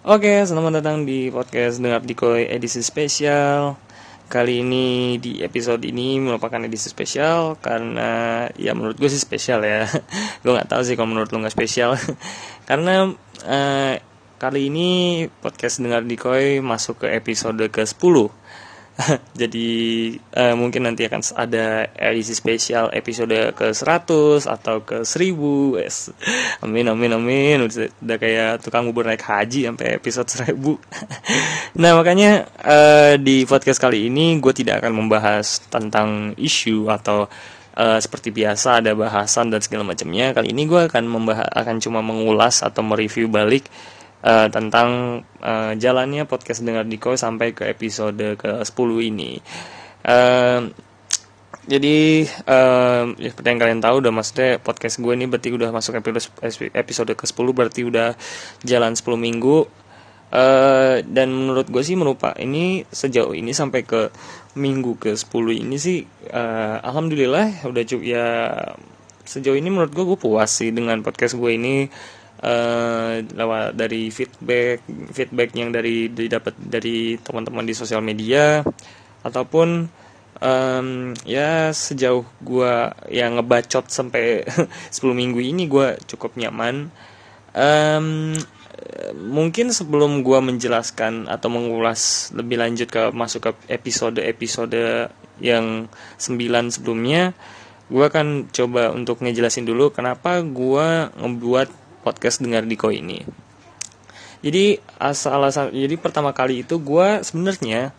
Oke, selamat datang di podcast Dengar Dikoy edisi spesial. Kali ini di episode ini merupakan edisi spesial karena ya menurut gue sih spesial ya. Gue nggak tahu sih kalau menurut lo nggak spesial. Karena kali ini podcast Dengar Dikoy masuk ke episode ke-10. Jadi mungkin nanti akan ada edisi spesial episode ke-100 atau ke-1000. Amin amin amin. Udah kayak tukang bubur naik haji sampai episode 1000. Nah makanya di podcast kali ini gue tidak akan membahas tentang isu atau seperti biasa ada bahasan dan segala macamnya. Kali ini gue akan cuma mengulas atau mereview balik tentang jalannya podcast Dengar Diko sampai ke episode ke-10 ini. Jadi seperti yang kalian tahu udah maksudnya podcast gue ini berarti udah masuk episode ke-10, berarti udah jalan 10 minggu. Dan menurut gue sih ini sejauh ini sampai ke minggu ke-10 ini sih alhamdulillah udah cukup ya. Sejauh ini menurut gue puas sih dengan podcast gue ini. Lewat dari feedback yang didapat dari teman-teman di sosial media ataupun ya sejauh gue yang ngebacot sampai 10 minggu ini gue cukup nyaman. Mungkin sebelum gue menjelaskan atau mengulas lebih lanjut masuk ke episode yang 9 sebelumnya, gue akan coba untuk ngejelasin dulu kenapa gue ngebuat podcast Dengar Diko ini. Jadi jadi pertama kali itu gue sebenarnya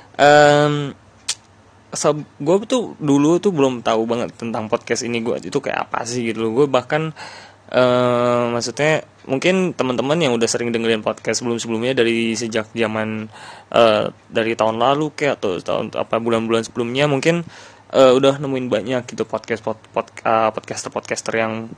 gue tuh dulu tuh belum tahu banget tentang podcast ini, gue itu kayak apa sih gitu loh. Gue bahkan maksudnya mungkin teman-teman yang udah sering dengerin podcast sebelumnya dari sejak zaman dari tahun lalu kayak atau tahun bulan-bulan sebelumnya mungkin udah nemuin banyak gitu podcaster yang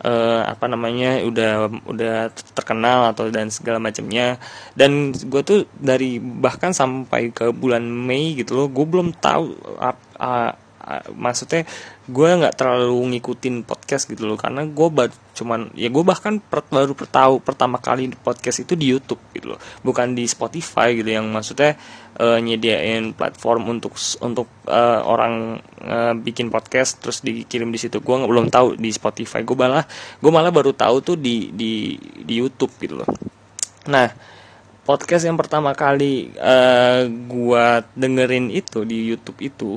udah terkenal atau dan segala macamnya. Dan gue tuh dari bahkan sampai ke bulan Mei gitu loh, gue belum tahu maksudnya gue nggak terlalu ngikutin podcast gitu loh, karena gue gue bahkan baru tahu pertama kali podcast itu di YouTube gitu loh, bukan di Spotify gitu yang maksudnya nyediain platform untuk orang bikin podcast terus dikirim di situ. Gue belum tahu di Spotify, gue malah baru tahu tuh di YouTube gitu loh. Nah podcast yang pertama kali gue dengerin itu di YouTube itu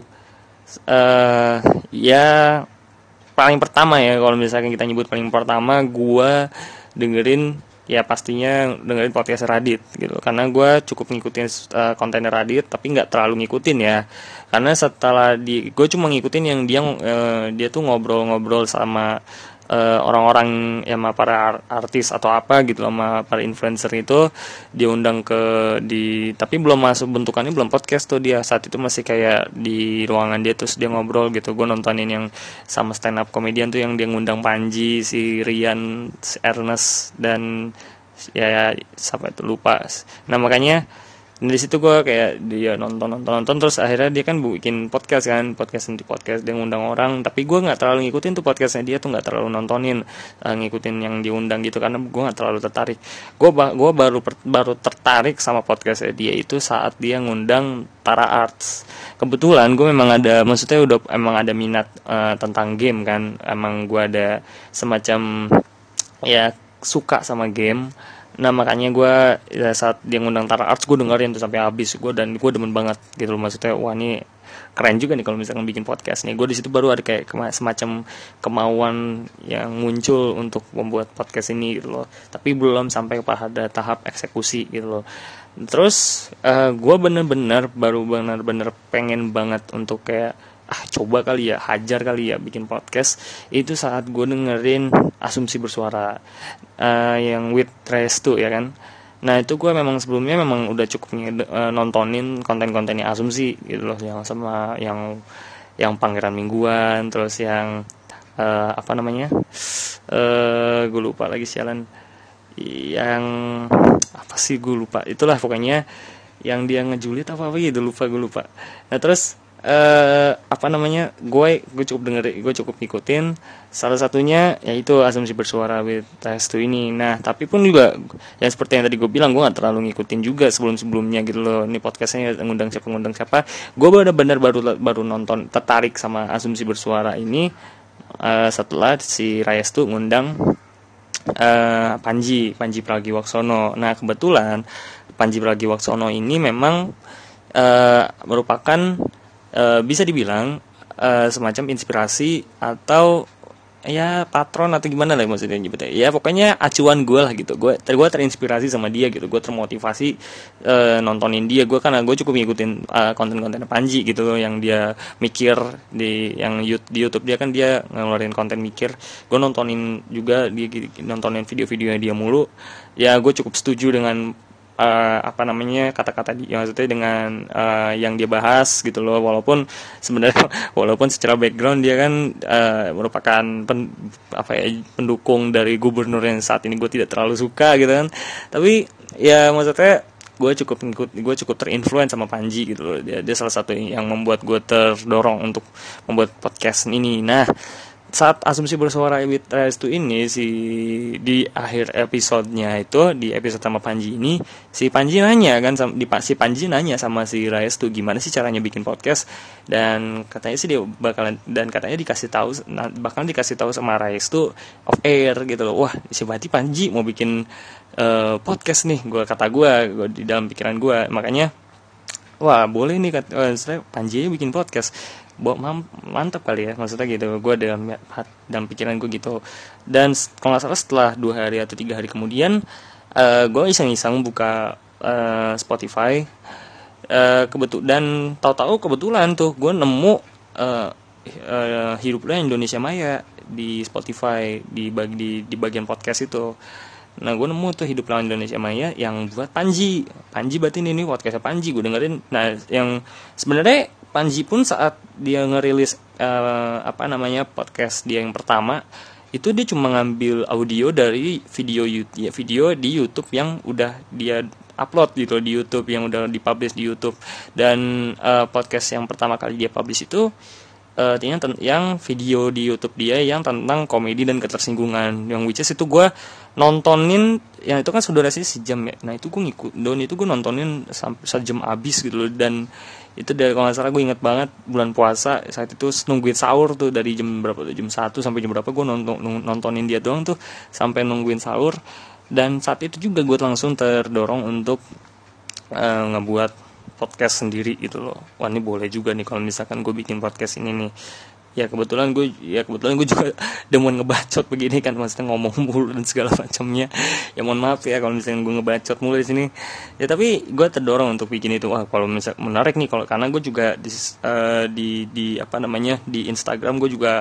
ya paling pertama ya, kalau misalkan kita nyebut paling pertama, gue dengerin ya pastinya dengerin podcast Radit gitu, karena gue cukup ngikutin konten Radit tapi nggak terlalu ngikutin ya, karena setelah gue cuma ngikutin yang dia tuh ngobrol-ngobrol sama orang-orang ya, sama para artis atau apa gitu, sama para influencer itu diundang tapi belum masuk bentukannya, belum podcast tuh dia saat itu, masih kayak di ruangan dia terus dia ngobrol gitu. Gue nontonin yang sama stand up comedian tuh yang dia ngundang Panji, si Rian, si Ernest, dan ya siapa itu lupa. Nah makanya dari situ gue kayak dia nonton terus akhirnya dia kan bikin podcast dia ngundang orang, tapi gue nggak terlalu ngikutin tuh podcastnya dia tuh, nggak terlalu nontonin ngikutin yang diundang gitu, karena gue nggak terlalu tertarik. Gue baru tertarik sama podcastnya dia itu saat dia ngundang Tara Arts. Kebetulan gue memang emang ada minat tentang game kan, emang gue ada semacam ya suka sama game. Nah makanya gue ya, saat dia ngundang Tara Arts gue dengerin tuh sampai habis, gue demen banget gitu loh, maksudnya wah ini keren juga nih kalau misalkan bikin podcast nih. Gue di situ baru ada kayak semacam kemauan yang muncul untuk membuat podcast ini gitu loh, tapi belum sampai pada tahap eksekusi gitu loh. Terus gue bener-bener pengen banget untuk kayak coba kali ya, hajar kali ya bikin podcast, itu saat gue dengerin Asumsi Bersuara yang with Restu ya kan. Nah itu gue memang sebelumnya memang udah cukup nontonin konten-kontennya Asumsi gitu loh, yang sama yang Pangeran Mingguan, terus yang gue lupa lagi sialan, yang apa sih gue lupa, itulah pokoknya yang dia ngejulit apa gitu, gue lupa. Nah terus apa namanya, gue cukup ngikutin. Salah satunya yaitu Asumsi Bersuara with Restu ini. Nah tapi pun juga yang seperti yang tadi gue bilang, gue nggak terlalu ngikutin juga sebelumnya gitu loh. Ini podcastnya ngundang siapa, gue benar-benar baru nonton, tertarik sama Asumsi Bersuara ini setelah si Restu ngundang Panji Pragiwaksono. Nah kebetulan Panji Pragiwaksono ini memang merupakan bisa dibilang semacam inspirasi atau ya patron atau gimana lah maksudnya nyebutnya. Ya pokoknya acuan gue lah gitu. Gue terinspirasi sama dia gitu. Gue termotivasi nontonin dia. Gue cukup ngikutin konten-konten Panji gitu yang dia mikir di YouTube dia kan dia ngeluarin konten mikir. Gue nontonin juga nontonin video-videonya dia mulu. Ya gue cukup setuju dengan kata-kata dia, maksudnya dengan yang dia bahas gitu loh, walaupun secara background dia kan merupakan pendukung dari gubernur yang saat ini gue tidak terlalu suka gitu kan, tapi ya maksudnya gue cukup terinfluence sama Panji gitu loh. Dia salah satu yang membuat gue terdorong untuk membuat podcast ini. Nah saat Asumsi Bersuara with Restu ini di akhir episodenya itu, di episode sama Panji ini, si Panji nanya sama si Restu gimana sih caranya bikin podcast, dan katanya sih katanya bakalan dikasih tahu sama Restu off air gitu loh. Wah berarti Panji mau bikin podcast nih, kata gue di dalam pikiran gue. Makanya wah boleh nih Panji aja bikin podcast, mantap kali ya, maksudnya gitu. Gue dalam pikiran gue gitu. Dan kalau nggak salah setelah 2 hari atau 3 hari kemudian gue iseng-iseng buka Spotify, dan tahu-tahu kebetulan tuh gue nemu Hiduplah Indonesia Maya di Spotify di bagian podcast itu. Nah gue nemu tuh Hiduplah Indonesia Maya yang buat Panji berarti ini podcastnya Panji, gue dengerin. Nah yang sebenarnya Panji pun saat dia ngerilis podcast dia yang pertama itu, dia cuma ngambil audio dari video di YouTube yang udah dia upload gitu di YouTube, yang udah dipublish di YouTube. Dan podcast yang pertama kali dia publish itu yang video di YouTube dia yang tentang komedi dan ketersinggungan, yang which is itu gue nontonin, yang itu kan durasinya sejam ya. Nah itu gue nontonin sampai sejam abis gitu loh. Dan itu dari, kalau nggak salah gue inget banget, bulan puasa saat itu nungguin sahur tuh, dari jam 1 sampai jam berapa gue nontonin dia doang tuh sampai nungguin sahur. Dan saat itu juga gue langsung terdorong untuk ngebuat podcast sendiri gitu loh. Wah ini boleh juga nih kalau misalkan gue bikin podcast ini nih. Ya kebetulan gue juga demen ngebacot begini kan, maksudnya ngomong mulu dan segala macamnya. Ya mohon maaf ya kalau misalnya gue ngebacot mulu di sini. Ya tapi gue terdorong untuk bikin itu. Wah kalau misalnya menarik nih, karena gue juga di Instagram gue juga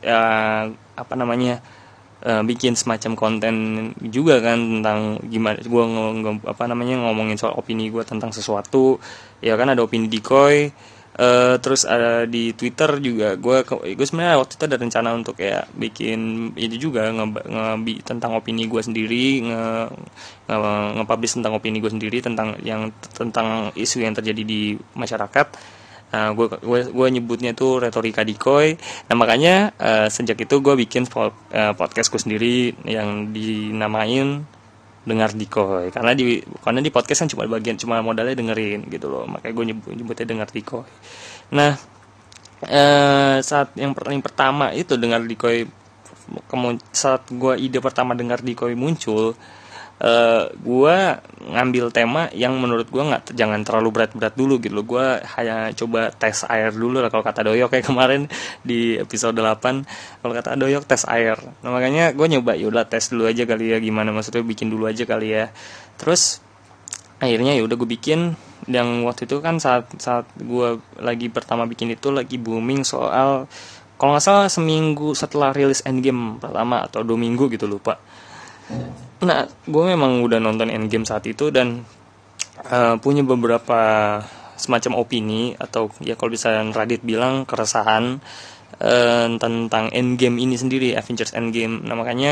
bikin semacam konten juga kan tentang gimana gue ngomongin soal opini gue tentang sesuatu. Ya kan ada opini Dikoy. Terus ada di Twitter juga gue sebenarnya waktu itu ada rencana untuk kayak bikin ini juga tentang opini gue sendiri, nge-publish tentang opini gue sendiri tentang isu yang terjadi di masyarakat. Nah, gue nyebutnya tuh retorika Dikoy. Nah makanya sejak itu gue bikin podcast gue sendiri yang dinamain Dengar Dikoy, karena di podcast kan cuma modalnya dengerin gitu loh, makanya gue nyebutnya Dengar Dikoy. Nah saat yang paling pertama itu Dengar Dikoy, saat gue ide pertama Dengar Dikoy muncul, gue ngambil tema yang menurut gue jangan terlalu berat-berat dulu gitu loh. Gue hanya coba tes air dulu lah, kalau kata Doyok kayak kemarin di episode 8, kalau kata Doyok tes air. Nah makanya gue nyoba yaudah tes dulu aja kali ya, gimana maksudnya bikin dulu aja kali ya. Terus akhirnya yaudah gue bikin. Yang waktu itu kan saat gue lagi pertama bikin itu lagi booming soal, kalau nggak salah seminggu setelah rilis Endgame pertama atau 2 minggu gitu lupa. Nah, gue memang udah nonton Endgame saat itu dan punya beberapa semacam opini, atau ya kalau bisa Radit bilang keresahan tentang Endgame ini sendiri, Avengers Endgame. Nah makanya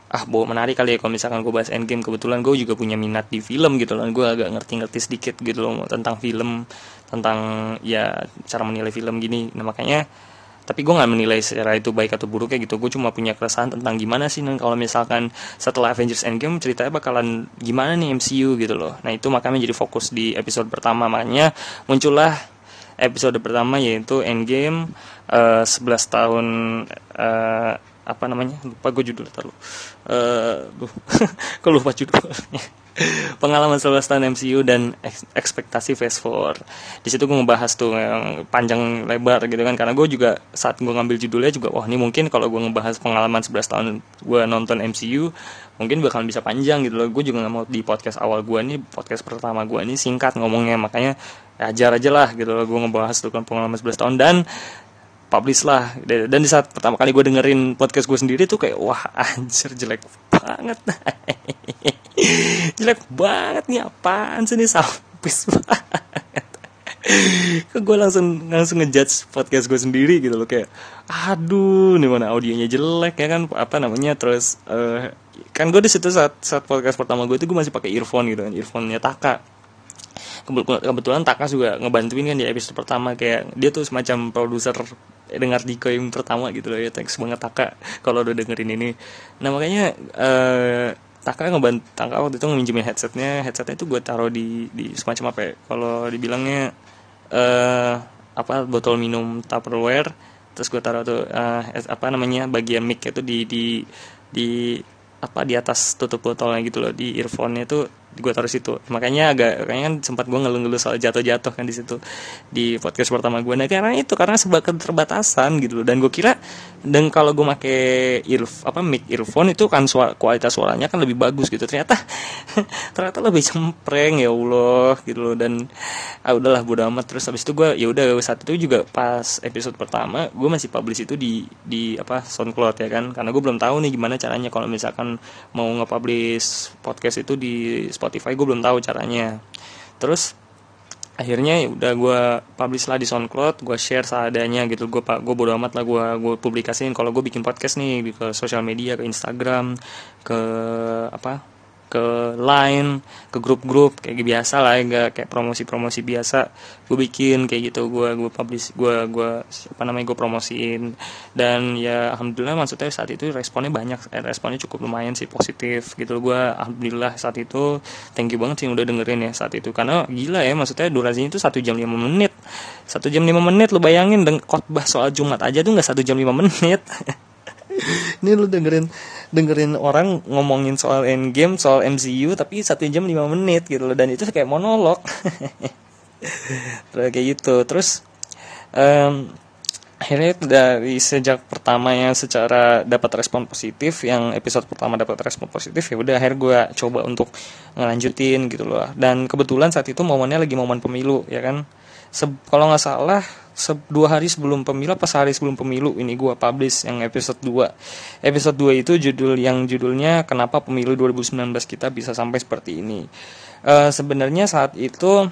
menarik kali ya kalau misalkan gue bahas Endgame. Kebetulan gue juga punya minat di film gitu loh, gue agak ngerti-ngerti sedikit gitu loh tentang film, tentang ya cara menilai film gini. Nah makanya, tapi gue nggak menilai secara itu baik atau buruk kayak gitu. Gue cuma punya keresahan tentang gimana sih kalau misalkan setelah Avengers Endgame ceritanya bakalan gimana nih MCU gitu loh. Nah itu makanya jadi fokus di episode pertama, makanya muncullah episode pertama yaitu Endgame, 11 tahun, apa namanya, lupa gue judulnya terlalu, kok lupa judulnya. Pengalaman 11 tahun MCU dan ekspektasi Phase 4. Di situ gue ngebahas tuh yang panjang lebar gitu kan, karena gue juga saat gue ngambil judulnya juga, wah ini mungkin kalau gue ngebahas pengalaman 11 tahun gue nonton MCU mungkin bakalan bisa panjang gitu loh. Gue juga nggak mau di podcast awal gue nih, podcast pertama gue nih singkat ngomongnya, makanya ya ajar aja lah gitu loh. Gue ngebahas tuh kan pengalaman 11 tahun dan publish lah. Dan di saat pertama kali gue dengerin podcast gue sendiri tuh kayak, wah anjir jelek banget. Jelek banget nih, apaan sih nih, sampis banget. Gue langsung ngejudge podcast gue sendiri gitu loh, kayak aduh nih mana audionya jelek ya kan, apa namanya. Terus kan gue di situ saat podcast pertama gue itu gue masih pakai earphone gitu kan, earphone-nya Taka. Kebetulan Taka juga ngebantuin kan di episode pertama, kayak dia tuh semacam produser dengar Diko yang pertama gitu loh ya. Thanks banget Taka kalau udah dengerin ini. Nah makanya Taka waktu itu ngeminjemin headsetnya itu gue taruh di semacam apa ya, kalau dibilangnya apa, botol minum Tupperware. Terus gue taruh tuh apa namanya, bagian mic itu di apa, di atas tutup botolnya gitu loh, di earphone-nya itu gue taruh situ. Makanya kayaknya kan sempat gue ngeluh-ngeluh soal jatuh kan di situ di podcast pertama gue. Nah karena sebab keterbatasan gitu loh. Dan gue kira, dan kalau gue pakai mic earphone itu kan kualitas suaranya kan lebih bagus gitu. Ternyata lebih cempreng, ya Allah gitu loh. Dan udahlah bodo amat. Terus habis itu gue ya udah, saat itu juga pas episode pertama gue masih publish itu di apa, SoundCloud ya kan, karena gue belum tahu nih gimana caranya kalau misalkan mau nge-publish podcast itu di Spotify, gue belum tahu caranya. Terus akhirnya ya udah gue publish lah di SoundCloud, gue share seadanya gitu. Gue bodo amat lah, gue publikasiin kalau gue bikin podcast nih ke sosial media, ke Instagram, ke apa, ke Line, ke grup-grup kayak biasa lah, enggak kayak promosi biasa. Gue bikin kayak gitu, gue publish, gue apa namanya, gue promosiin. Dan ya alhamdulillah, maksudnya saat itu responnya banyak, responnya cukup lumayan sih, positif gitu. Gue alhamdulillah saat itu thank you banget sih udah dengerin ya saat itu, karena gila ya, maksudnya durasinya itu 1 jam 5 menit. 1 jam 5 menit lu bayangin, khotbah soal Jumat aja tuh nggak 1 jam 5 menit. Ini lu dengerin orang ngomongin soal Endgame, soal MCU, tapi 1 jam 5 menit gitu loh. Dan itu kayak monolog. Terus kayak gitu. Terus akhirnya dari sejak pertama yang secara dapat respon positif, yang episode pertama dapat respon positif, ya udah akhirnya gue coba untuk ngelanjutin gitu loh. Dan kebetulan saat itu momennya lagi momen pemilu ya kan. Kalau nggak salah 2 hari sebelum pemilu, pas hari sebelum pemilu ini gue publish yang episode 2. Episode 2 itu judulnya Kenapa Pemilu 2019 Kita Bisa Sampai Seperti Ini. Sebenarnya saat itu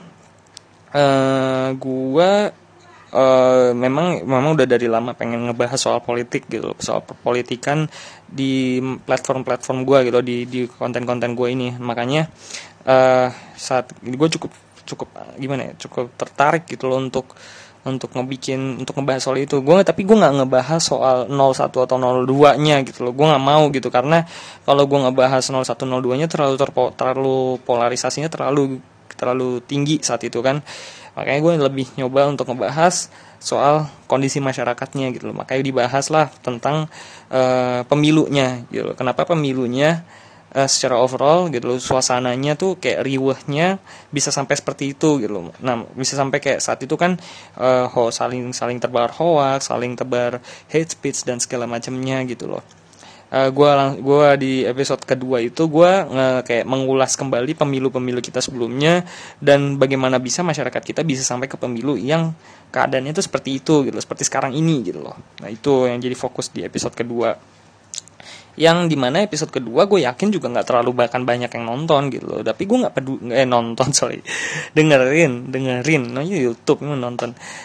gue memang udah dari lama pengen ngebahas soal politik gitu, soal perpolitikan di platform gue gitu, di konten-konten gue ini. Makanya saat ini gue cukup tertarik gitu loh untuk ngebahas soal itu. Tapi gue nggak ngebahas soal 01 atau 02-nya gitu loh. Gue nggak mau gitu, karena kalau gue ngebahas 01 02-nya terlalu polarisasinya terlalu tinggi saat itu kan. Makanya gue lebih nyoba untuk ngebahas soal kondisi masyarakatnya gitu loh. Makanya dibahas lah tentang pemilunya gitu loh. Kenapa pemilunya secara overall gitu loh, suasananya tuh kayak riwehnya bisa sampai seperti itu gitu loh. Nah, bisa sampai kayak saat itu kan saling tebar hoax, saling tebar hate speech dan segala macamnya gitu loh. Gue di episode kedua itu gue kayak mengulas kembali pemilu kita sebelumnya, dan bagaimana bisa masyarakat kita bisa sampai ke pemilu yang keadaannya itu seperti itu gitu loh, seperti sekarang ini gitu loh. Nah itu yang jadi fokus di episode kedua, yang dimana episode kedua gue yakin juga nggak terlalu banyak yang nonton gitu loh. Tapi gue nggak peduli dengerin, nah YouTube nonton.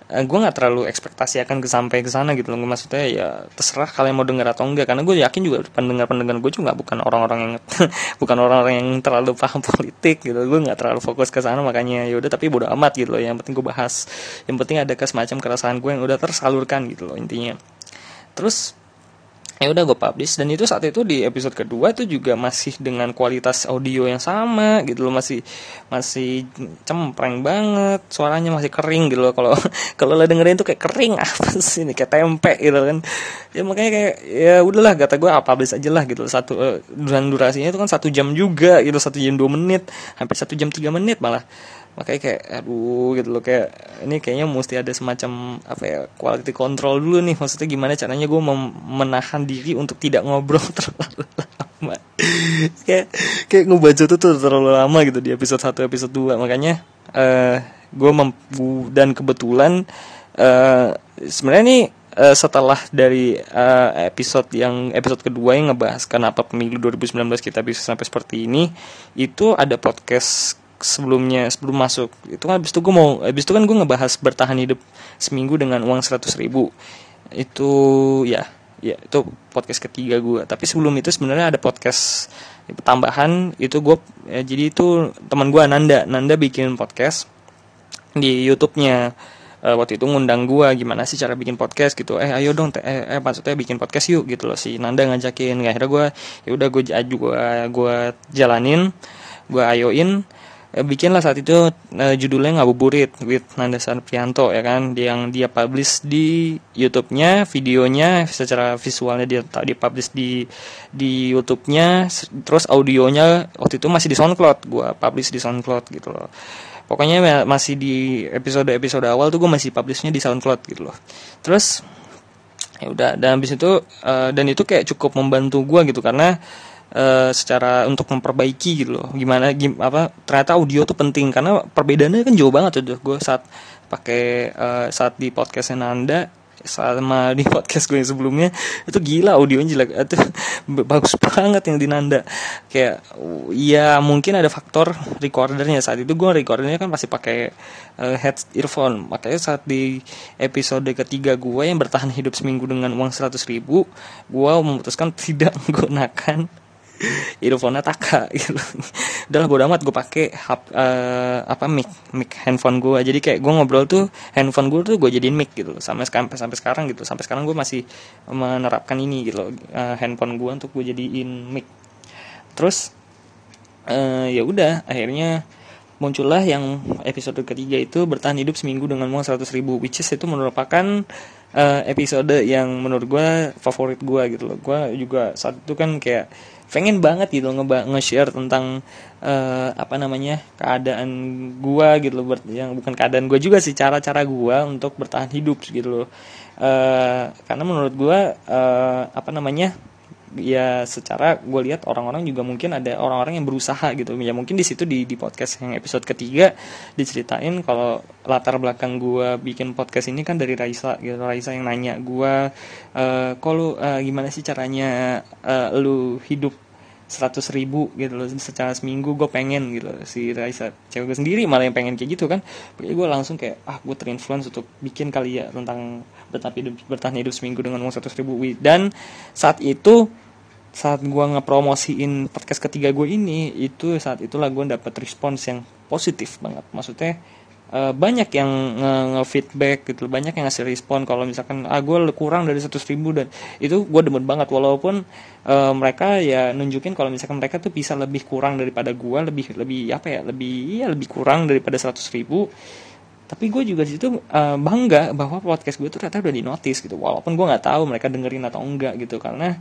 gue nggak terlalu ekspektasi akan sampai ke sana gitu loh. Maksudnya ya terserah kalian mau dengar atau enggak, karena gue yakin juga pendengar gue juga bukan orang-orang yang bukan orang-orang yang terlalu paham politik gitu. Gue nggak terlalu fokus ke sana, makanya ya udah, tapi bodo amat gitu loh. Yang penting gue bahas, yang penting ada semacam keresahan gue yang udah tersalurkan gitu loh intinya. Terus ya udah gue publish, dan itu saat itu di episode kedua itu juga masih dengan kualitas audio yang sama gitu loh, masih cempreng banget, suaranya masih kering gitu loh. Kalau kalau lo dengerin tuh kayak kering apa sih ini, kayak tempe gitu kan. Ya makanya kayak ya udahlah, kata gue publish aja lah gitu loh. Dan durasinya itu kan 1 jam juga gitu, 1 jam 2 menit, hampir 1 jam 3 menit malah. Makanya kayak aduh gitu loh, kayak ini kayaknya mesti ada semacam apa ya, quality control dulu nih. Maksudnya gimana caranya gue menahan diri untuk tidak ngobrol terlalu lama. kayak ngebaca tuh terlalu lama gitu di episode 1 episode 2. Makanya gue mampu, dan kebetulan sebenarnya nih setelah dari episode kedua yang ngebahas kenapa pemilu 2019 kita bisa sampai seperti ini, itu ada podcast sebelum masuk itu kan. Habis itu kan gue ngebahas bertahan hidup seminggu dengan uang 100.000. Itu ya itu podcast ketiga gue. Tapi sebelum itu sebenarnya ada podcast tambahan, itu gue jadi itu teman gue Nanda bikin podcast di YouTube-nya. Waktu itu ngundang gue, gimana sih cara bikin podcast gitu, ayo dong maksudnya bikin podcast yuk gitu loh, si Nanda ngajakin. Akhirnya gue ya udah, gue jalanin, gue ayoin. Bikinlah saat itu judulnya Ngabuburit with Nanda Sarprianto ya kan, yang dia publish di YouTube-nya, videonya secara visualnya dia publish di YouTube-nya, terus audionya waktu itu masih di SoundCloud, gue publish di SoundCloud gitu loh. Pokoknya masih di episode awal tuh gue masih publishnya di SoundCloud gitu loh. Terus ya udah, dan habis itu dan itu kayak cukup membantu gue gitu, karena secara untuk memperbaiki gitu loh, ternyata audio tuh penting, karena perbedaannya kan jauh banget tuh gue saat pakai saat di podcastnya Nanda sama di podcast gue yang sebelumnya. Itu gila audionya jelek, itu bagus banget yang di Nanda. Kayak ya mungkin ada faktor recordernya, saat itu gue recordernya kan masih pakai earphone. Makanya saat di episode ketiga gue yang bertahan hidup seminggu dengan uang 100.000, gue memutuskan tidak menggunakan earphone Taka gitu. Udah lah bodo amat, gue pakai mic handphone gue. Jadi kayak gue ngobrol tuh handphone gue tuh gue jadiin mic gitu sampai sekarang gitu. Sampai sekarang gue masih menerapkan ini gitu, handphone gue untuk gue jadiin mic. Terus ya udah, akhirnya muncullah yang episode ketiga itu bertahan hidup seminggu dengan uang 100.000, which is itu merupakan episode yang menurut gue favorit gue gitu loh. Gue juga saat itu kan kayak pengen banget gitu nge-share tentang keadaan gue gitu loh, yang bukan keadaan gue juga sih, cara-cara gue untuk bertahan hidup gitu loh. Karena menurut gue ya secara gue lihat orang-orang juga mungkin ada orang-orang yang berusaha gitu ya, mungkin di situ di podcast yang episode ketiga diceritain kalau latar belakang gue bikin podcast ini kan dari Raisa gitu. Raisa yang nanya gue, kalau gimana sih caranya lu hidup 100.000 gitu loh secara seminggu, gue pengen gitu loh. Si Raisa cewek gue sendiri malah yang pengen kayak gitu kan. Jadi gue langsung kayak gue terinfluence untuk bikin kali ya tentang bertahan hidup seminggu dengan uang 100.000. Dan saat gue ngepromosiin podcast ketiga gue ini, itu saat itulah gue dapet respons yang positif banget. Maksudnya banyak yang nge-feedback gitu, banyak yang ngasih respon kalau misalkan gue kurang dari 100.000, dan itu gue demen banget. Walaupun mereka ya nunjukin kalau misalkan mereka tuh bisa lebih kurang daripada gue, lebih kurang daripada 100.000, tapi gue juga situ bangga bahwa podcast gue tuh ternyata udah dinotis gitu. Walaupun gue nggak tahu mereka dengerin atau enggak gitu, karena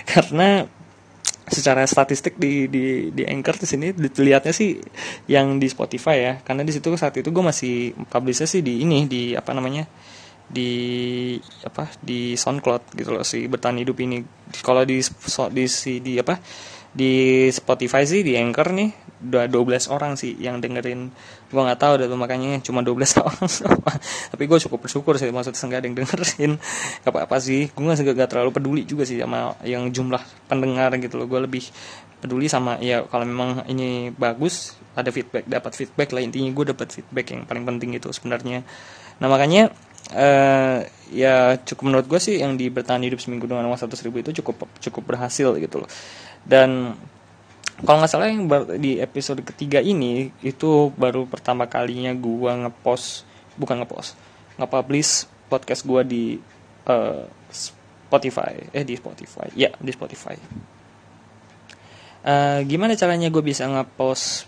secara statistik di Anchor di sini dilihatnya sih yang di Spotify ya, karena di situ saat itu gue masih publishnya sih di di SoundCloud gitu loh, si bertahan hidup ini. Kalau di Spotify sih, di Anchor nih udah 12 orang sih yang dengerin. Gue nggak tahu deh, makanya cuma 12 orang. Tapi gue cukup bersyukur sih, maksudnya nggak ada yang dengerin. Gak apa-apa sih, gue nggak terlalu peduli juga sih sama yang jumlah pendengar gitu loh. Gue lebih peduli sama ya kalau memang ini bagus, ada dapat feedback lah, intinya gue dapat feedback yang paling penting itu sebenarnya. Nah makanya ya cukup menurut gue sih yang di bertahan hidup seminggu dengan uang 100.000 itu cukup berhasil gitu loh. Dan kalau nggak salah yang di episode ketiga ini itu baru pertama kalinya gue nge-publish podcast gue di Spotify. Di Spotify. Gimana caranya gue bisa nge-post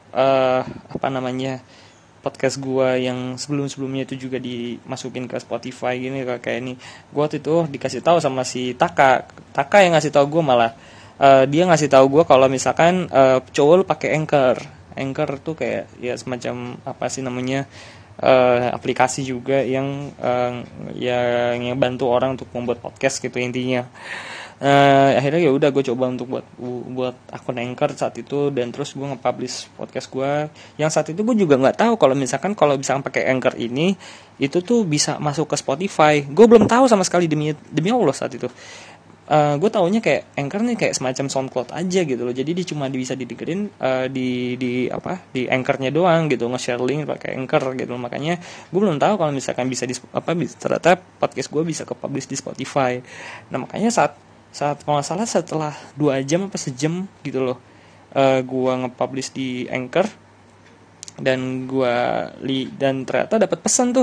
podcast gue yang sebelumnya itu juga dimasukin ke Spotify gini kayak ini. Gue waktu itu dikasih tahu sama si Taka yang ngasih tahu gue, malah dia ngasih tahu gue kalau misalkan cowok lu pakai Anchor tuh kayak ya semacam apa sih namanya, aplikasi juga yang bantu orang untuk membuat podcast gitu intinya. Akhirnya ya udah gue coba untuk buat akun Anchor saat itu, dan terus gue nge-publish podcast gue yang saat itu gue juga nggak tahu kalau misalkan pakai Anchor ini itu tuh bisa masuk ke Spotify. Gue belum tahu sama sekali, demi Allah saat itu. Gue taunya kayak Anchor nih kayak semacam SoundCloud aja gitu loh, jadi dia cuma bisa didengerin di Anchor-nya doang gitu, nge-share link pakai Anchor gitu. Makanya gue belum tahu kalau misalkan bisa ternyata podcast gue bisa ke-publish di Spotify. Nah makanya saat kalau nggak salah setelah 2 jam apa sejam gitu loh, gue nge-publish di Anchor, dan ternyata dapat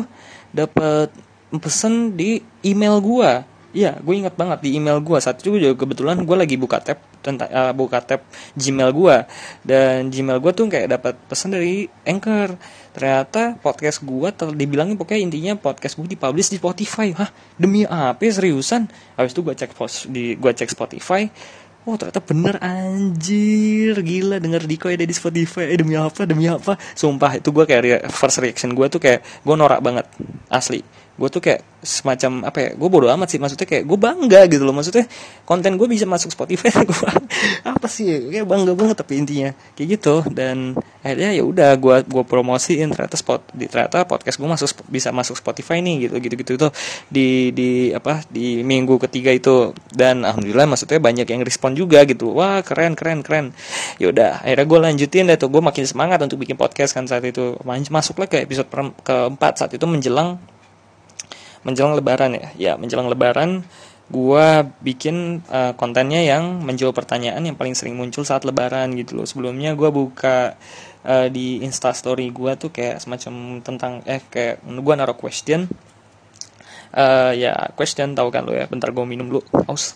pesan di email gue. Iya, gue ingat banget di email gue saat itu juga kebetulan gue lagi buka tab Gmail gue, dan Gmail gue tuh kayak dapat pesan dari Anchor. Ternyata podcast gue dibilangin pokoknya intinya podcast gue dipublish di Spotify. Hah, demi apa? Seriusan? Habis itu gue cek Spotify. Oh ternyata bener, anjir, gila, denger Diko ada di Spotify. Demi apa? Sumpah itu gue kayak first reaction gue tuh kayak gue norak banget, asli. Gue tuh kayak semacam apa ya, gue bodo amat sih, maksudnya kayak gue bangga gitu loh, maksudnya konten gue bisa masuk Spotify. Gue apa sih, kayak bangga banget tapi intinya kayak gitu. Dan akhirnya ya udah gue promosiin, ternyata podcast gue bisa masuk Spotify nih gitu tuh di minggu ketiga itu. Dan alhamdulillah maksudnya banyak yang respon juga gitu, wah keren. Ya udah akhirnya gue lanjutin deh tuh, gue makin semangat untuk bikin podcast kan saat itu. Masuklah ke episode keempat, saat itu menjelang lebaran menjelang lebaran gue bikin kontennya yang menjawab pertanyaan yang paling sering muncul saat lebaran gitu loh. Sebelumnya gue buka di Instastory gue tuh kayak semacam tentang kayak gue naruh question, question, tahu kan lo ya. Bentar gue minum dulu, haus.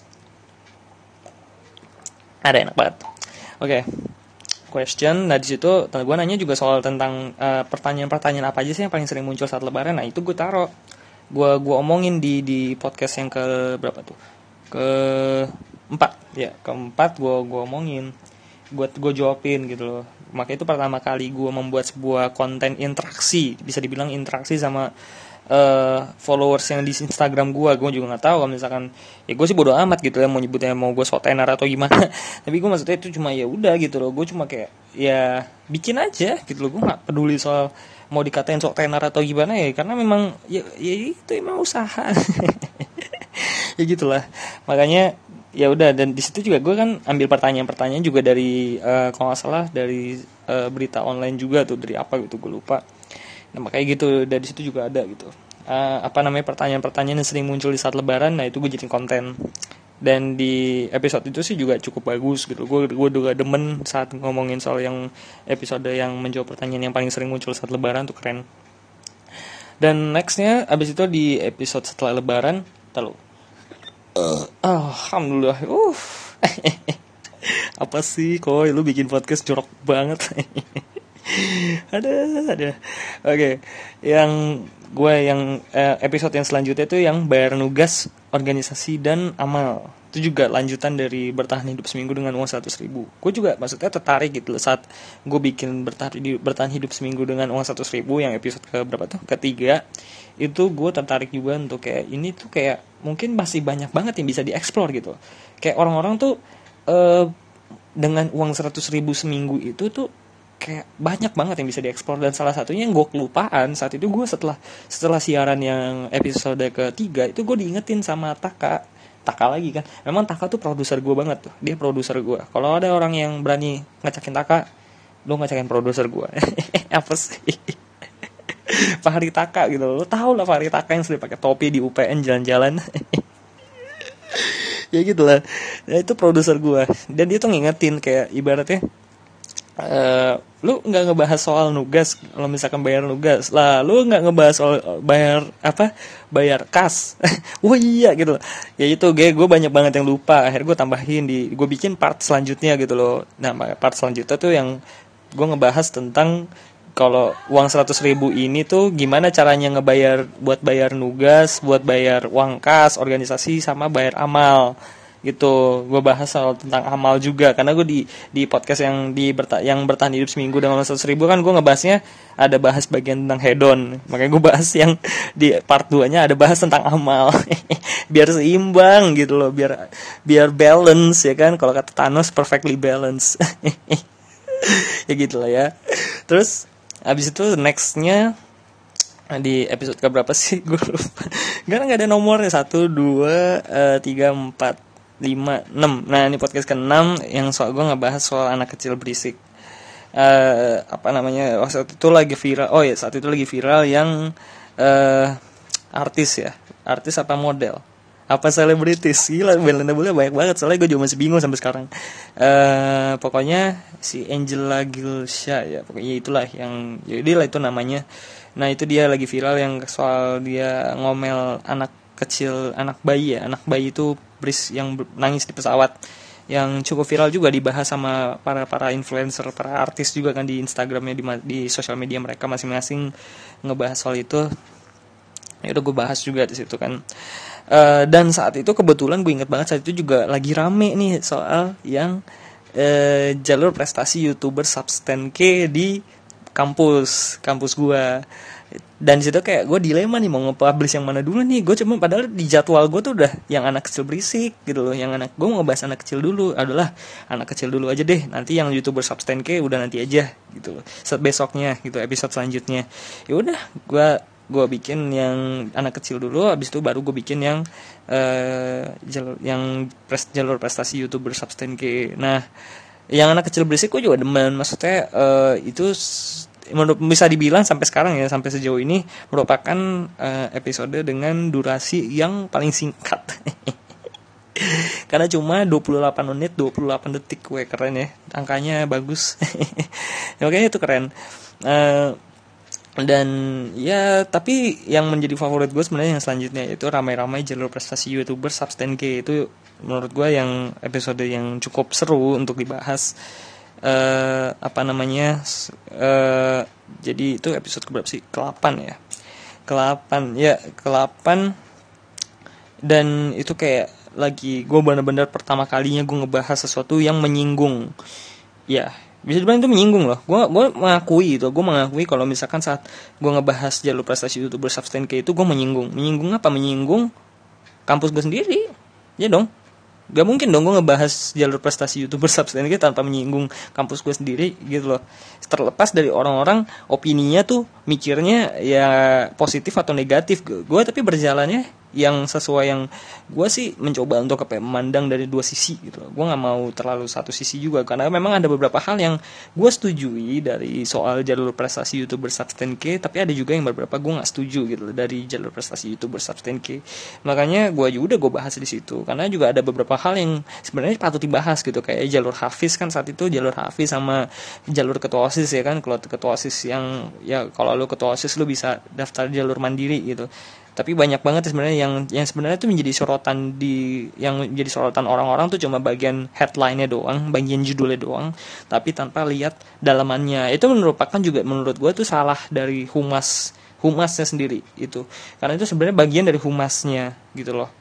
Ada enak banget. Oke. Question. Nah di situ gue nanya juga soal tentang pertanyaan-pertanyaan apa aja sih yang paling sering muncul saat lebaran. Nah itu gue taruh, gue omongin di podcast yang ke berapa tuh, keempat gue omongin, gue jawabin gitu loh. Makanya itu pertama kali gue membuat sebuah konten interaksi, bisa dibilang interaksi sama followers yang di Instagram gue juga nggak tahu kalau misalkan ya gue sih bodo amat gitu ya mau nyebutnya, mau gue sok tenar atau gimana. Tapi gue maksudnya itu cuma ya udah gitu loh, gue cuma kayak ya bikin aja gitu loh, gue nggak peduli soal mau dikatain sok tenar atau gimana ya, karena memang ya itu emang usaha. Ya gitulah. Makanya ya udah, dan di situ juga gue kan ambil pertanyaan juga dari kalau nggak salah dari berita online juga tuh, dari apa gitu gue lupa. Nah makanya gitu, dari situ juga ada gitu pertanyaan-pertanyaan yang sering muncul di saat lebaran. Nah itu gue jadiin konten, dan di episode itu sih juga cukup bagus gitu. Gue juga demen saat ngomongin soal yang episode yang menjawab pertanyaan yang paling sering muncul saat lebaran tuh, keren. Dan nextnya abis itu di episode setelah lebaran alhamdulillah. Apa sih kok lu bikin podcast jorok banget. ada. Oke. Yang episode yang selanjutnya itu yang bayar nugas, organisasi dan amal. Itu juga lanjutan dari bertahan hidup seminggu dengan uang 100.000. Gue juga maksudnya tertarik gitu loh saat gue bikin bertahan hidup seminggu dengan uang 100.000 yang episode ketiga. Itu gue tertarik juga untuk kayak ini tuh kayak mungkin masih banyak banget yang bisa dieksplor gitu. Kayak orang-orang tuh dengan uang 100.000 seminggu itu tuh kayak banyak banget yang bisa dieksplor. Dan salah satunya yang gue kelupaan saat itu, gue setelah siaran yang episode ketiga itu gue diingetin sama Taka lagi kan. Memang Taka tuh produser gue banget tuh, dia produser gue. Kalau ada orang yang berani ngecakin Taka, Lu ngajakin produser gue. Apa sih? Fahri Taka gitu. Lu tahu lah Fahri Taka yang sering pakai topi di UPN jalan-jalan. Ya gitu lah. Nah, itu produser gue. Dan dia tuh ngingetin kayak ibaratnya lu nggak ngebahas soal nugas kalau misalkan bayar nugas lah, lu nggak ngebahas soal bayar kas. Oh iya gitu loh. Ya itu gue banyak banget yang lupa, akhirnya gue tambahin gue bikin part selanjutnya gitu loh. Nah part selanjutnya tuh yang gue ngebahas tentang kalau uang 100.000 ini tuh gimana caranya ngebayar, buat bayar nugas, buat bayar uang kas organisasi, sama bayar amal gitu. Gue bahas soal tentang amal juga karena gue di podcast yang bertahan hidup seminggu dengan 100.000 kan gue ngebahasnya ada bahas bagian tentang hedon, makanya gue bahas yang di part 2 nya ada bahas tentang amal. Biar seimbang gitu loh, biar balance ya kan, kalau kata Thanos perfectly balance. Ya gitu lah ya. Terus abis itu nextnya di episode keberapa sih gue lupa, karena nggak ada nomornya, 1, 2, 3, 4, 5, 6. Nah ini podcast ke-6 yang soal gue ngebahas soal anak kecil berisik. Saat itu lagi viral. Oh ya, saat itu lagi viral yang artis ya, artis apa model apa selebritis, gila Belinda banyak banget, soalnya gue juga masih bingung sampai sekarang. Pokoknya si Angela Gilsha ya, pokoknya itulah yang jadi lah itu namanya. Nah itu dia lagi viral yang soal dia ngomel anak kecil, anak bayi itu yang nangis di pesawat, yang cukup viral juga, dibahas sama para influencer, para artis juga kan di Instagramnya, di sosial media mereka masing-masing ngebahas soal itu. Ya udah gue bahas juga di situ kan. Dan saat itu kebetulan gue inget banget saat itu juga lagi rame nih soal yang jalur prestasi YouTuber Substan-K di kampus gue. Dan disitu kayak gue dilema nih, mau nge-publish yang mana dulu nih. Gue cuma padahal di jadwal gue tuh udah yang anak kecil berisik gitu loh, gue mau ngebahas anak kecil dulu, adalah anak kecil dulu aja deh, nanti yang YouTuber Substan-K udah nanti aja gitu loh, besoknya gitu, episode selanjutnya. Ya udah gue bikin yang anak kecil dulu, abis itu baru gue bikin yang jalur prestasi YouTuber Substan-K. Nah yang anak kecil berisik gue juga demen, maksudnya itu menurut bisa dibilang sampai sekarang ya, sampai sejauh ini merupakan episode dengan durasi yang paling singkat. Karena cuma 28 menit 28 detik. Keren ya, angkanya bagus. Oke, itu keren. Dan ya tapi yang menjadi favorit gue sebenarnya yang selanjutnya, itu ramai-ramai jalur prestasi YouTuber Substan-K. Itu menurut gue yang episode yang cukup seru untuk dibahas. Jadi itu episode keberapa sih? Ke-8 ya. Ke-8. Dan itu kayak lagi gue benar-benar pertama kalinya gue ngebahas sesuatu yang menyinggung. Ya, bisa dibilang itu menyinggung loh. Gue mengakui kalau misalkan saat gue ngebahas jalur prestasi YouTuber Substan-K itu gue menyinggung apa? Menyinggung kampus gue sendiri. Ya dong. Gak mungkin dong gue ngebahas jalur prestasi YouTuber Substan-K tanpa menyinggung kampus gue sendiri gitu loh. Terlepas dari orang-orang opininya tuh mikirnya ya positif atau negatif, gue tapi berjalannya yang sesuai, yang gue sih mencoba untuk memandang dari dua sisi gitu loh. Gue nggak mau terlalu satu sisi juga, karena memang ada beberapa hal yang gue setujui dari soal jalur prestasi YouTuber Substan-K, tapi ada juga yang beberapa gue nggak setuju gitu loh dari jalur prestasi YouTuber Substan-K. Makanya gue bahas di situ, karena juga ada beberapa hal yang sebenarnya patut dibahas gitu, kayak jalur Hafiz kan, saat itu jalur Hafiz sama jalur ketua OSIS ya kan. Kalau ketua OSIS yang ya kalau lu ketua OSIS lu bisa daftar jalur mandiri gitu. Tapi banyak banget sebenarnya yang sebenarnya itu menjadi sorotan orang-orang tuh cuma bagian headline-nya doang, bagian judulnya doang, tapi tanpa lihat dalamannya. Itu merupakan juga menurut gue tuh salah dari humasnya sendiri itu. Karena itu sebenarnya bagian dari humasnya gitu loh.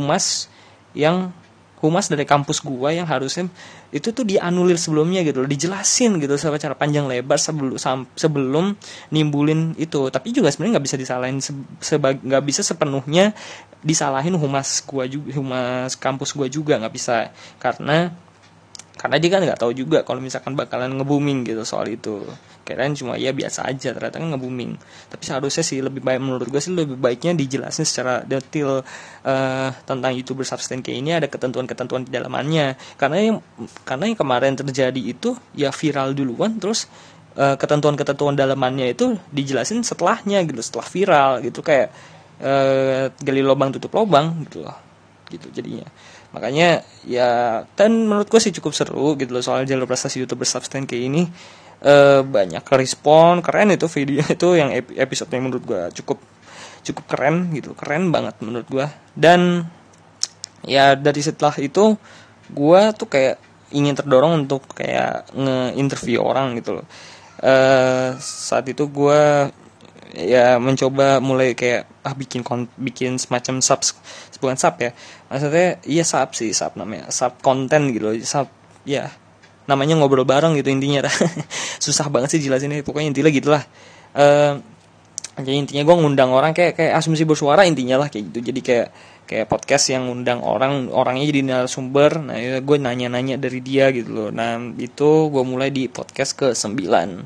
Humas dari kampus gua yang harusnya itu tuh dianulir sebelumnya gitu loh, dijelasin gitu secara panjang lebar sebelum nimbulin itu. Tapi juga sebenarnya nggak bisa disalahin, nggak bisa sepenuhnya disalahin humas kampus gua juga, nggak bisa, karena karena dia kan nggak tahu juga kalau misalkan bakalan nge-booming gitu soal itu. Kirain cuma ya biasa aja, ternyata kan nge-booming. Tapi seharusnya sih lebih baik, menurut gue sih lebih baiknya dijelasin secara detail tentang YouTuber substan kayak ini, ada ketentuan-ketentuan di dalamannya. Karena yang kemarin terjadi itu ya viral duluan, terus ketentuan-ketentuan dalamannya itu dijelasin setelahnya gitu, setelah viral gitu, kayak gali lubang tutup lubang gitu loh, gitu jadinya. Makanya ya, dan menurut gue sih cukup seru gitu loh soal jalur prestasi YouTuber substan kayak ini. Banyak respon, keren itu video itu, yang episode yang menurut gue cukup keren gitu, keren banget menurut gue. Dan ya dari setelah itu gue tuh kayak ingin terdorong untuk kayak nge-interview orang gitu loh. Saat itu gue ya mencoba mulai kayak bikin semacam bukan sub ya, maksudnya iya sub namanya, sub konten gitu loh, sub ya namanya ngobrol bareng gitu intinya. Susah banget sih jelasinnya, pokoknya intinya gitulah. Jadi intinya gue ngundang orang kayak asumsi bersuara intinya lah, kayak gitu. Jadi kayak podcast yang ngundang orangnya jadi narasumber. Nah ya, gue nanya-nanya dari dia gitu loh. Nah itu gue mulai di podcast ke-9.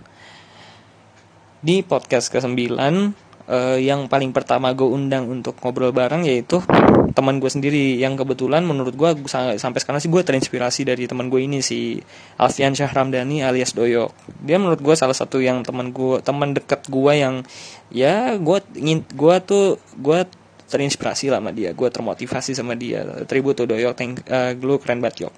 Di podcast ke-9 yang paling pertama gue undang untuk ngobrol bareng yaitu teman gue sendiri, yang kebetulan menurut gue sampai sekarang sih gue terinspirasi dari teman gue ini, si Alfian Syahramdani alias Doyok. Dia menurut gue salah satu yang teman dekat gue yang ya gue terinspirasi lah sama dia, gue termotivasi sama dia. Tribute to Doyok, lu keren banget Yok.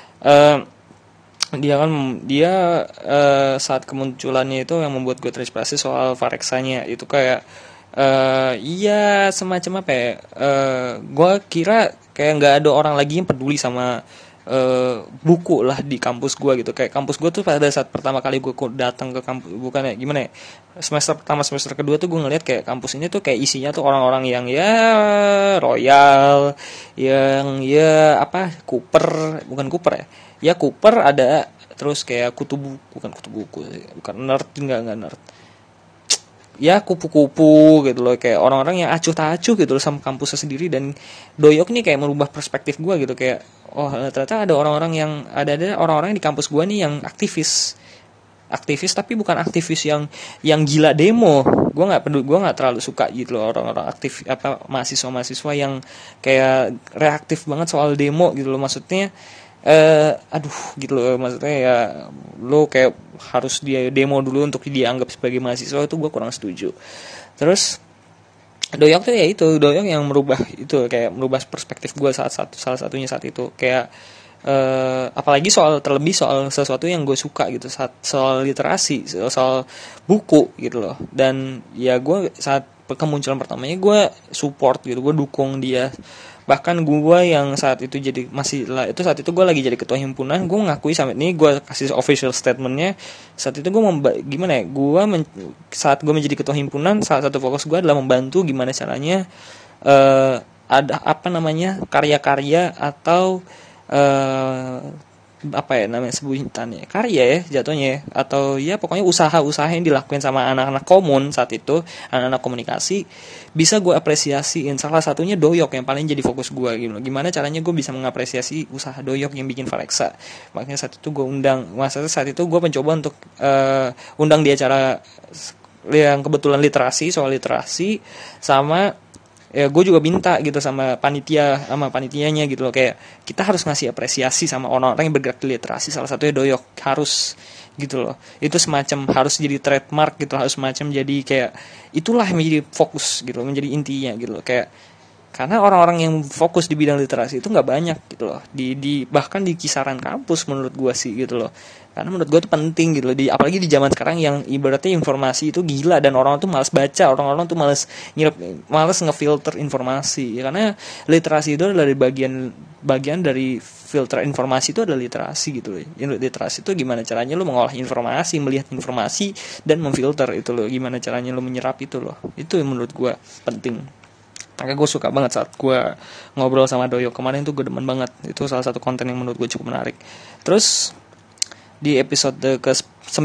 Dia saat kemunculannya itu yang membuat gue terinspirasi soal Varexanya itu, kayak iya semacam apa ya, gue kira kayak nggak ada orang lagi yang peduli sama buku lah di kampus gue gitu. Kayak kampus gue tuh pada saat pertama kali gue datang ke kampus, bukan ya gimana ya, semester pertama semester kedua tuh gue ngeliat kayak kampus ini tuh kayak isinya tuh orang-orang yang ya royal, yang ya apa bukan Cooper ya Cooper ada, terus kayak bukan nerd, enggak nerd ya, kupu-kupu gitu loh, kayak orang-orang yang acuh tak acuh gitu loh sama kampusnya sendiri. Dan Doyok nih kayak merubah perspektif gue gitu, kayak oh ternyata ada orang-orang di kampus gue nih yang aktivis tapi bukan aktivis yang gila demo. Gue nggak terlalu suka gitu loh orang-orang aktif mahasiswa yang kayak reaktif banget soal demo gitu loh. Maksudnya aduh gitu loh, maksudnya ya lo kayak harus dia demo dulu untuk dianggap sebagai mahasiswa, itu gue kurang setuju. Terus Doyok tuh ya itu, Doyok yang merubah perspektif gue salah satunya saat itu, kayak apalagi terlebih soal sesuatu yang gue suka gitu, soal literasi, soal buku gitu loh. Dan ya gue saat kemunculan pertamanya gue support gitu, gue dukung dia. Bahkan gue yang saat itu saat itu gue lagi jadi ketua himpunan, gue ngakui sampai ini, gue kasih official statementnya. Saat itu gue saat gue menjadi ketua himpunan, salah satu fokus gue adalah membantu gimana caranya ada karya-karya atau sebutannya karya ya jatuhnya ya, atau ya pokoknya usaha-usaha yang dilakukan sama anak-anak komun saat itu, anak-anak komunikasi, bisa gue apresiasiin. Salah satunya Doyok yang paling jadi fokus gue gitu. Gimana caranya gue bisa mengapresiasi usaha Doyok yang bikin Varexa. Makanya saat itu gue saat itu gue mencoba untuk undang di acara yang kebetulan soal literasi, sama ya gue juga minta gitu sama panitianya gitu loh, kayak kita harus ngasih apresiasi sama orang-orang yang bergerak di literasi, salah satunya Doyok, harus gitu loh. Itu semacam harus jadi trademark gitu, harus semacam jadi kayak itulah yang menjadi fokus gitu loh, menjadi intinya gitu loh, kayak karena orang-orang yang fokus di bidang literasi itu nggak banyak gitu loh, bahkan di kisaran kampus menurut gue sih gitu loh. Karena menurut gue itu penting gitu loh, apalagi di zaman sekarang yang ibaratnya informasi itu gila dan orang tuh malas baca, orang-orang tuh malas ngefilter informasi. Karena literasi itu adalah bagian dari filter informasi, itu adalah literasi gitu loh. Literasi itu gimana caranya lo mengolah informasi, melihat informasi, dan memfilter itu loh, gimana caranya lo menyerap itu loh. Itu yang menurut gue penting. Makanya gue suka banget saat gue ngobrol sama Doyok kemarin tuh, gue demen banget. Itu salah satu konten yang menurut gue cukup menarik. Terus di episode ke-9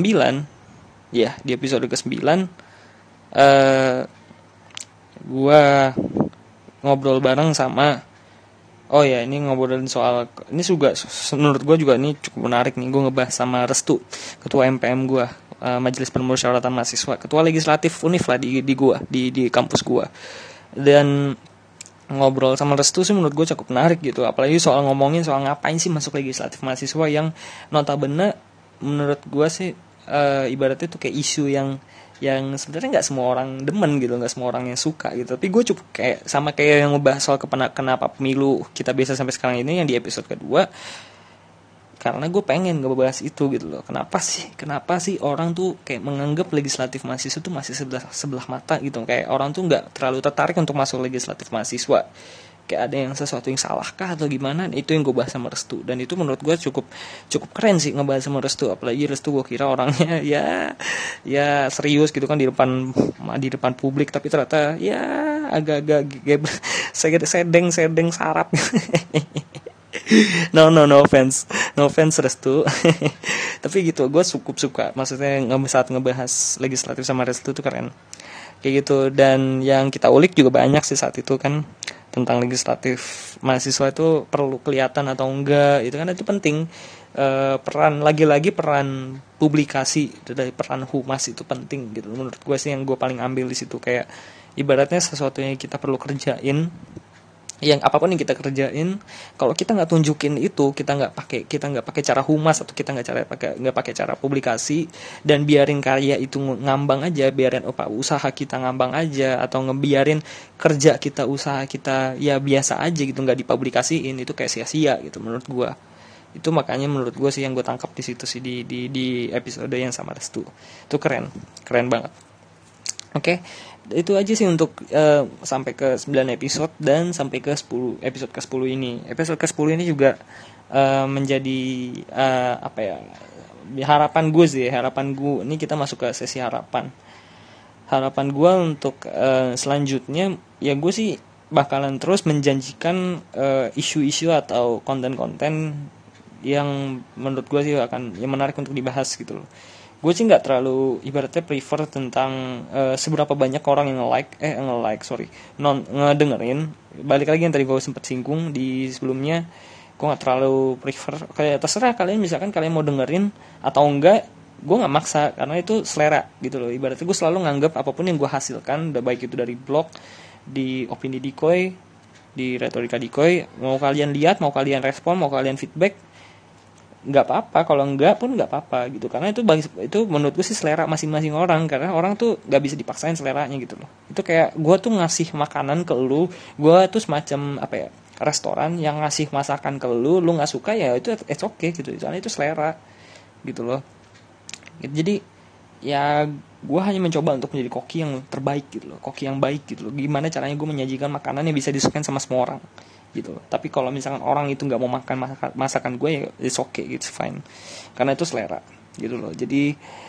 gue ngobrol bareng sama Oh ya, ini ngobrolin soal ini juga menurut gue juga ini cukup menarik nih. Gue ngebahas sama Restu, ketua MPM gue, Majelis Permusyawaratan Mahasiswa, ketua legislatif UNIF lah di gua, di kampus gua. Dan ngobrol sama Restu sih menurut gue cukup menarik gitu. Apalagi soal ngomongin soal ngapain sih masuk legislatif mahasiswa yang notabene menurut gue sih ibaratnya tuh kayak isu yang sebenarnya nggak semua orang demen gitu, nggak semua orang yang suka gitu. Tapi gue cukup kayak sama kayak yang ngebahas soal kenapa pemilu kita bisa sampai sekarang ini yang di episode kedua, karena gue pengen ngebahas itu gitu loh. Kenapa sih orang tuh kayak menganggap legislatif mahasiswa tuh masih sebelah mata gitu, kayak orang tuh nggak terlalu tertarik untuk masuk legislatif mahasiswa, kayak ada yang sesuatu yang salah kah atau gimana. Itu yang gue bahas sama Restu, dan itu menurut gue cukup keren sih ngebahas sama Restu. Apalagi Restu gue kira orangnya ya serius gitu kan di depan publik, tapi ternyata ya agak-agak sedeng sarap. No offense Restu. Tapi gitu, gue cukup suka, maksudnya saat ngebahas legislatif sama Restu tuh keren kayak gitu. Dan yang kita ulik juga banyak sih saat itu kan, tentang legislatif mahasiswa itu perlu kelihatan atau enggak, itu kan itu penting. Peran publikasi dari peran humas itu penting gitu menurut gue sih, yang gue paling ambil di situ. Kayak ibaratnya sesuatu yang kita perlu kerjain, yang apapun yang kita kerjain, kalau kita nggak tunjukin itu, kita nggak pakai cara humas, atau kita nggak pakai cara publikasi, dan biarin karya itu ngambang aja, biarin usaha kita ngambang aja, atau ngebiarin kerja kita, usaha kita ya biasa aja gitu, nggak dipublikasiin, itu kayak sia-sia gitu menurut gue. Itu makanya menurut gue sih yang gue tangkap di situ sih, di episode yang sama Restu itu keren banget. Oke, itu aja sih untuk sampai ke 9 episode dan sampai ke 10 episode ke-10 ini. Episode ke-10 ini juga menjadi apa ya? Harapan gue ini kita masuk ke sesi harapan. Harapan gue untuk selanjutnya ya, gue sih bakalan terus menjanjikan isu-isu atau konten-konten yang menurut gue sih akan yang menarik untuk dibahas gitu loh. Gue sih nggak terlalu ibaratnya prefer tentang seberapa banyak orang yang ngedengerin. Balik lagi yang tadi gue sempet singgung di sebelumnya, gue nggak terlalu prefer. Kayak terserah kalian, misalkan kalian mau dengerin atau enggak, gue nggak maksa, karena itu selera gitu loh. Ibaratnya gue selalu nganggap apapun yang gue hasilkan, baik itu dari blog, di opini Dikoy, di retorika Dikoy, mau kalian lihat, mau kalian respon, mau kalian feedback, nggak apa-apa. Kalau enggak pun nggak apa-apa gitu, karena itu menurut gue sih selera masing-masing orang, karena orang tuh nggak bisa dipaksain seleranya gitu loh. Itu kayak gue tuh ngasih makanan ke lu, gue tuh semacam apa ya, restoran yang ngasih masakan ke lu nggak suka ya itu it's okay gitu, soalnya itu selera gitu loh. Jadi ya gue hanya mencoba untuk menjadi koki yang terbaik gitu loh, koki yang baik gitu loh. Gimana caranya gue menyajikan makanan yang bisa disukain sama semua orang gitu loh. Tapi kalau misalkan orang itu nggak mau makan masakan gue, ya it's okay, it's fine, karena itu selera gitu loh. Jadi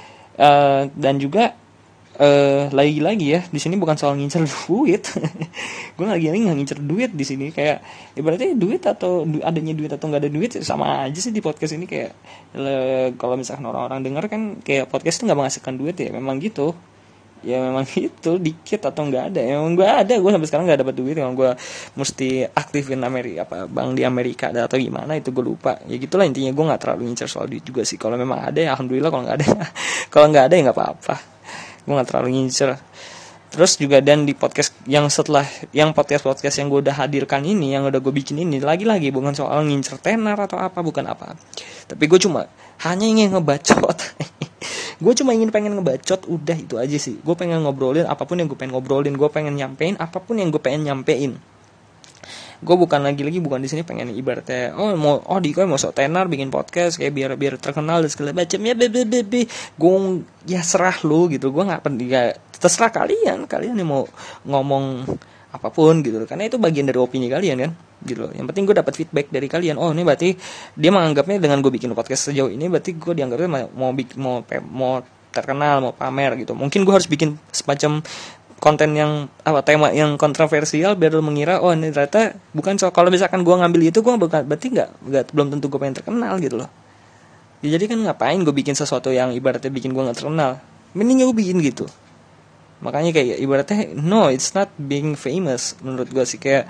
dan juga lagi-lagi ya, di sini bukan soal ngincer duit. Gue lagi nggak ngincer duit di sini. Kayak ibaratnya duit atau adanya duit atau nggak ada duit sama aja sih di podcast ini. Kayak kalau misalkan orang-orang dengar kan kayak podcast itu nggak menghasilkan duit, ya memang gitu. Ya memang itu dikit atau nggak ada, emang gue sampai sekarang nggak dapat duit, emang gue mesti aktifin bank di Amerika atau gimana itu gue lupa. Ya gitulah intinya, gue nggak terlalu ngincer soal duit juga sih. Kalau memang ada ya alhamdulillah, kalau nggak ada kalau nggak ada ya nggak apa-apa, gue nggak terlalu ngincer. Terus juga dan di podcast yang setelah yang podcast yang gue udah hadirkan ini, yang udah gue bikin ini, lagi-lagi bukan soal ngincer tenar atau apa, bukan apa, tapi gue cuma hanya ingin ngebacot. Gue cuma pengen ngebacot, udah itu aja sih. Gue pengen ngobrolin apapun yang gue pengen ngobrolin, gue pengen nyampein apapun yang gue pengen nyampein. Gue bukan di sini pengen ibaratnya Diko mau sok tenar bikin podcast kayak biar terkenal dan segala macam ya. Gue ya serah lu gitu. Gue nggak penting, ya terserah kalian yang mau ngomong apapun gitu, karena itu bagian dari opini kalian kan gitu. Yang penting gue dapat feedback dari kalian. Oh ini berarti dia menganggapnya dengan gue bikin podcast sejauh ini berarti gue dianggapnya mau terkenal, mau pamer gitu. Mungkin gue harus bikin semacam konten yang tema yang kontroversial biar lo mengira ini ternyata bukan soal, kalau misalkan gue ngambil itu gue berarti belum tentu gue pengen terkenal gitu loh. Ya, jadi kan ngapain gue bikin sesuatu yang ibaratnya bikin gue nggak terkenal, mending gue bikin gitu. Makanya kayak ibaratnya no, it's not being famous menurut gue sih. Kayak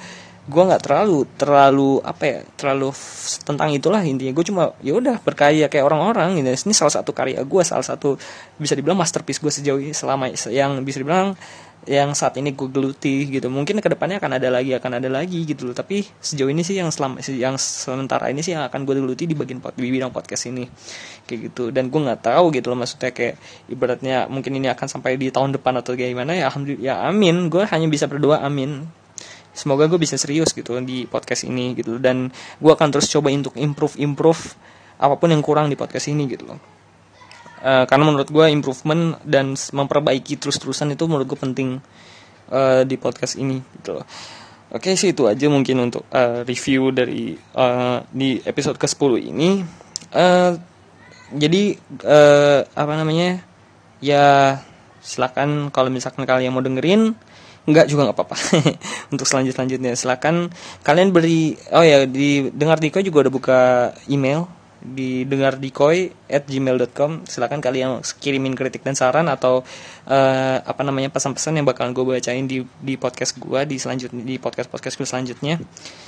gue nggak terlalu apa ya, tentang itulah intinya. Gue cuma ya udah berkarya kayak orang-orang gitu. Ini salah satu karya gue, salah satu bisa dibilang masterpiece gue sejauh ini, selama yang bisa dibilang yang saat ini gue geluti gitu. Mungkin kedepannya akan ada lagi gitu loh, tapi sejauh ini sih yang sementara ini sih yang akan gue geluti di di bidang podcast ini kayak gitu. Dan gue nggak tahu gitu loh, maksudnya kayak ibaratnya mungkin ini akan sampai di tahun depan atau gimana ya. Alhamdulillah ya, amin, gue hanya bisa berdoa amin, semoga gue bisa serius gitu di podcast ini gitu. Dan gue akan terus coba untuk improve apapun yang kurang di podcast ini gitu loh. Karena menurut gue improvement dan memperbaiki terus-terusan itu menurut gue penting di podcast ini gitu loh. Oke sih, itu aja mungkin untuk review dari di episode ke-10 ini. Jadi apa namanya ya, silakan kalau misalkan kalian mau dengerin, enggak juga nggak apa-apa. Untuk selanjutnya silakan kalian beri, oh ya, di Dengar Dikoy juga udah buka email di dengardikoy@gmail.com. Silakan kalian kirimin kritik dan saran atau apa namanya pesan-pesan yang bakalan gue bacain di podcast gue di podcast gue selanjutnya.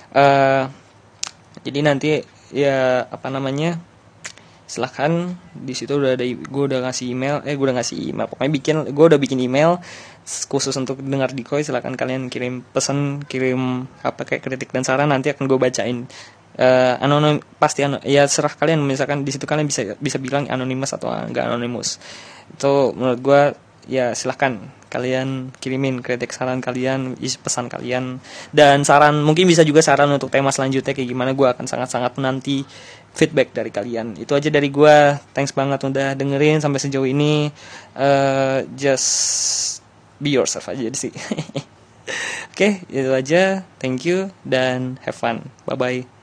Jadi nanti ya apa namanya, silahkan di situ udah ada, gue udah ngasih email, pokoknya gue udah bikin email khusus untuk Dengar Dikoy. Silahkan kalian kirim pesan, kirim apa kayak kritik dan saran, nanti akan gue bacain. Anonim pasti ya serah kalian, misalkan di situ kalian bisa bilang anonymous atau enggak anonymous, itu menurut gue ya silahkan kalian kirimin kritik saran kalian, isi pesan kalian, dan saran, mungkin bisa juga saran untuk tema selanjutnya kayak gimana. Gue akan sangat-sangat menanti feedback dari kalian. Itu aja dari gue, thanks banget udah dengerin sampai sejauh ini. Just be yourself aja sih. Oke, itu aja, thank you dan have fun, bye bye.